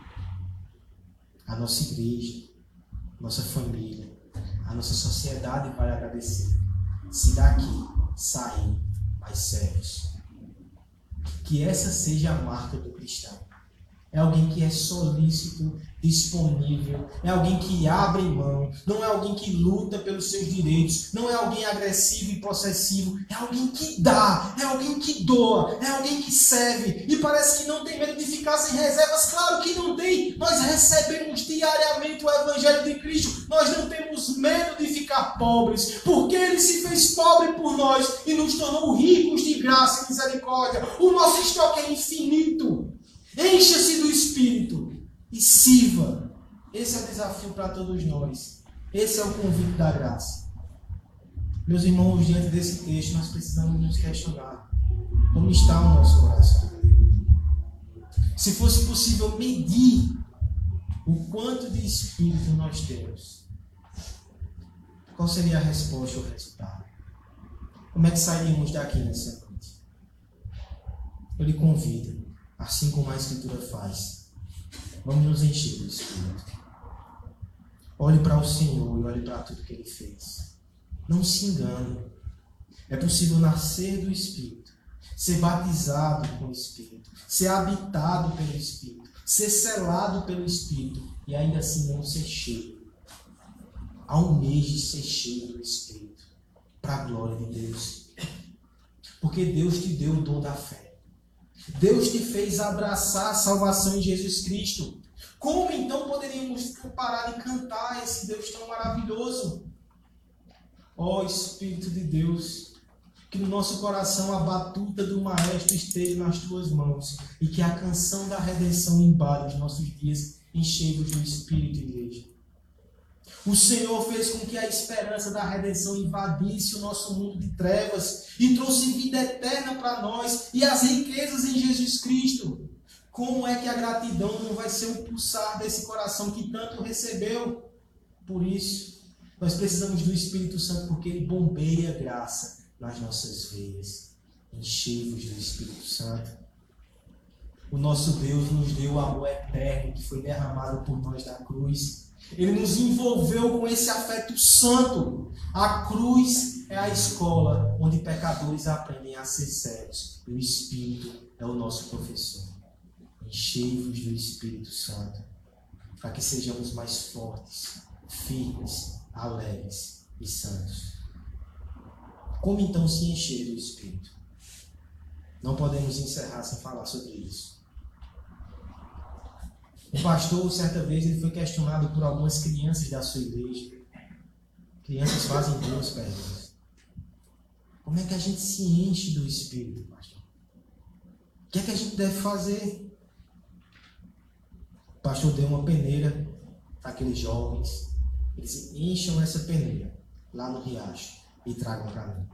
S1: A nossa igreja, nossa família, a nossa sociedade vai agradecer se daqui sair mais sérios. Que essa seja a marca do cristão. É alguém que é solícito, disponível, é alguém que abre mão, não é alguém que luta pelos seus direitos, não é alguém agressivo e possessivo, é alguém que dá, é alguém que doa, é alguém que serve e parece que não tem medo de ficar sem reservas. Claro que não tem, nós recebemos diariamente o Evangelho de Cristo, nós não temos medo de ficar pobres, porque Ele se fez pobre por nós e nos tornou ricos de graça e misericórdia. O nosso estoque é infinito. Encha-se do Espírito e sirva. Esse é o desafio para todos nós. Esse é o convite da graça. Meus irmãos, diante desse texto, nós precisamos nos questionar. Como está o nosso coração? Se fosse possível medir o quanto de Espírito nós temos, qual seria a resposta ou o resultado? Como é que sairíamos daqui nessa noite? Eu lhe convido, assim como a Escritura faz, vamos nos encher do Espírito. Olhe para o Senhor e olhe para tudo que Ele fez. Não se engane. É possível nascer do Espírito, ser batizado com o Espírito, ser habitado pelo Espírito, ser selado pelo Espírito e ainda assim não ser cheio. Há um mês de ser cheio do Espírito, para a glória de Deus. Porque Deus te deu o dom da fé. Deus te fez abraçar a salvação em Jesus Cristo. Como então poderíamos parar de cantar esse Deus tão maravilhoso? Ó Espírito de Deus, que no nosso coração a batuta do Maestro esteja nas tuas mãos e que a canção da redenção embale os nossos dias encheios do Espírito, igreja. O Senhor fez com que a esperança da redenção invadisse o nosso mundo de trevas e trouxe vida eterna para nós e as riquezas em Jesus Cristo. Como é que a gratidão não vai ser o pulsar desse coração que tanto recebeu? Por isso, nós precisamos do Espírito Santo, porque Ele bombeia graça nas nossas veias. Enchei-vos do Espírito Santo. O nosso Deus nos deu o amor eterno que foi derramado por nós na cruz. Ele nos envolveu com esse afeto santo. A cruz é a escola onde pecadores aprendem a ser sérios. E o Espírito é o nosso professor. Enchei-vos do Espírito Santo, para que sejamos mais fortes, firmes, alegres e santos. Como então se encher do Espírito? Não podemos encerrar sem falar sobre isso. Um pastor, certa vez, ele foi questionado por algumas crianças da sua igreja. Crianças fazem duas perguntas. Como é que a gente se enche do Espírito, pastor? O que é que a gente deve fazer? O pastor deu uma peneira para aqueles jovens. Ele disse: encham essa peneira lá no riacho e tragam para mim.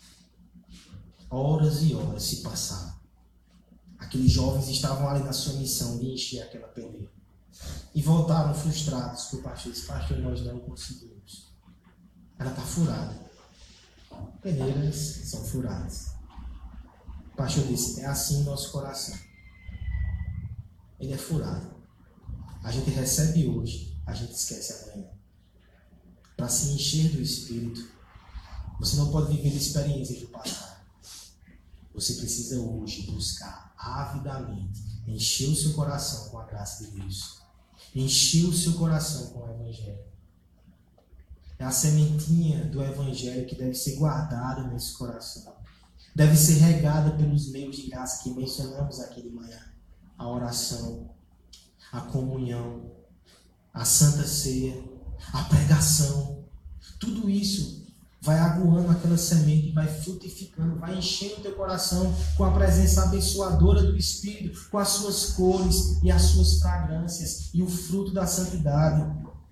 S1: Horas e horas se passaram. Aqueles jovens estavam ali na sua missão de encher aquela peneira. E voltaram frustrados para o pastor. Disse: pastor, nós não conseguimos. Ela está furada. Peneiras são furadas. O pastor disse: é assim o nosso coração. Ele é furado. A gente recebe hoje a gente esquece amanhã. Para se encher do Espírito, você não pode viver experiências do passado. Você precisa hoje buscar avidamente encher o seu coração com a graça de Deus. Encher o seu coração com o Evangelho. É a sementinha do Evangelho que deve ser guardada nesse coração. Deve ser regada pelos meios de graça que mencionamos aqui de manhã. A oração, a comunhão, a santa ceia, a pregação. Tudo isso vai aguando aquela semente, vai frutificando, vai enchendo o teu coração com a presença abençoadora do Espírito, com as suas cores e as suas fragrâncias e o fruto da santidade.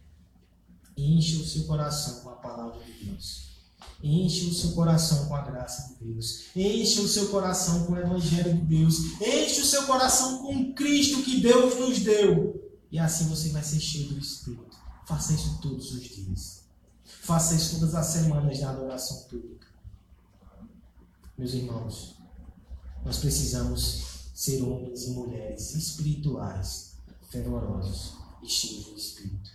S1: Enche o seu coração com a palavra de Deus. Enche o seu coração com a graça de Deus. Enche o seu coração com o Evangelho de Deus. Enche o seu coração com o Cristo que Deus nos deu. E assim você vai ser cheio do Espírito. Faça isso todos os dias. Faça isso todas as semanas na adoração pública. Meus irmãos, nós precisamos ser homens e mulheres espirituais, fervorosos e cheios do Espírito.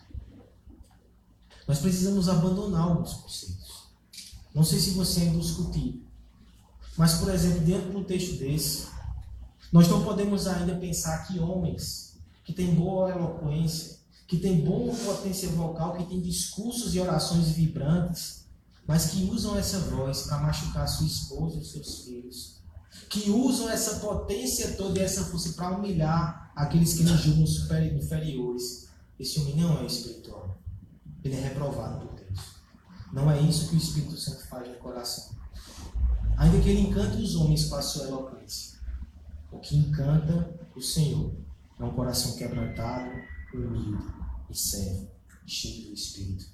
S1: Nós precisamos abandonar alguns conceitos. Não sei se você ainda discutiu, mas, por exemplo, dentro de um texto desse, nós não podemos ainda pensar que homens que têm boa eloquência, que têm boa potência vocal, que têm discursos e orações vibrantes, mas que usam essa voz para machucar sua esposa e os seus filhos, que usam essa potência toda e essa força para humilhar aqueles que eles julgam inferiores. Esse homem não é espiritual. Ele é reprovado por Deus. Não é isso que o Espírito Santo faz no coração. Ainda que ele encante os homens com a sua eloquência, o que encanta o Senhor é um coração quebrantado, humilde e sério, cheio do Espírito.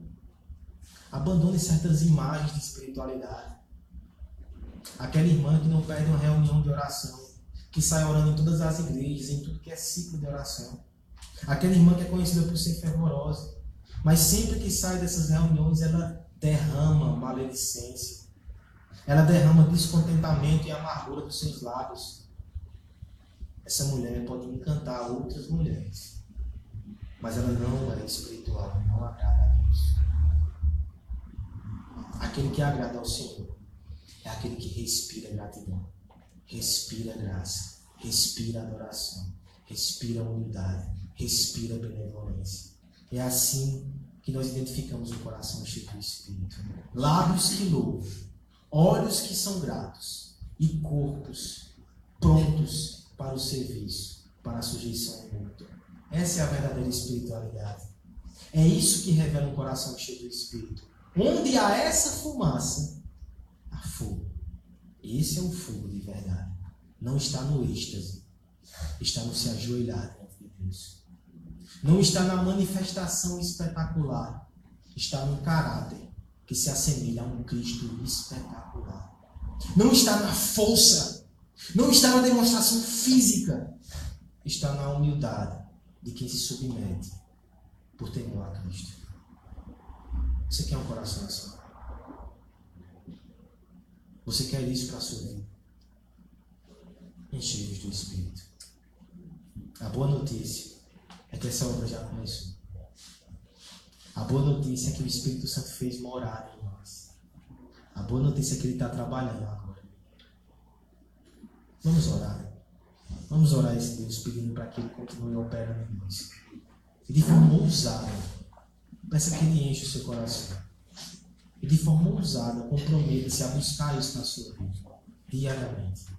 S1: Abandone certas imagens de espiritualidade. Aquela irmã que não perde uma reunião de oração, que sai orando em todas as igrejas, em tudo que é ciclo de oração. Aquela irmã que é conhecida por ser fervorosa, mas sempre que sai dessas reuniões, ela derrama maledicência. Ela derrama descontentamento e amargura dos seus lábios. Essa mulher pode encantar outras mulheres, mas ela não é espiritual, não agrada a Deus. Aquele que agrada ao Senhor é aquele que respira gratidão, respira graça, respira adoração, respira humildade, respira benevolência. É assim que nós identificamos um coração cheio do Espírito. Lábios que louvam, olhos que são gratos e corpos prontos para o serviço, para a sujeição mútua. Essa é a verdadeira espiritualidade. É isso que revela um coração cheio do Espírito. Onde há essa fumaça, há fogo. Esse é um fogo de verdade. Não está no êxtase, está no se ajoelhar diante de Deus. Não está na manifestação espetacular, está no caráter que se assemelha a um Cristo espetacular. Não está na força, não está na demonstração física, está na humildade de quem se submete por temor a Cristo. Você quer um coração assim? Você quer isso para a sua vida? Encheios do Espírito. A boa notícia é que essa obra já começou. A boa notícia é que o Espírito Santo fez morada em nós. A boa notícia é que Ele está trabalhando agora. Vamos orar. Vamos orar a esse Deus pedindo para que Ele continue operando em nós. E de forma ousada, peça que Ele enche o seu coração. E de forma ousada, comprometa-se a buscar isso na sua vida, diariamente.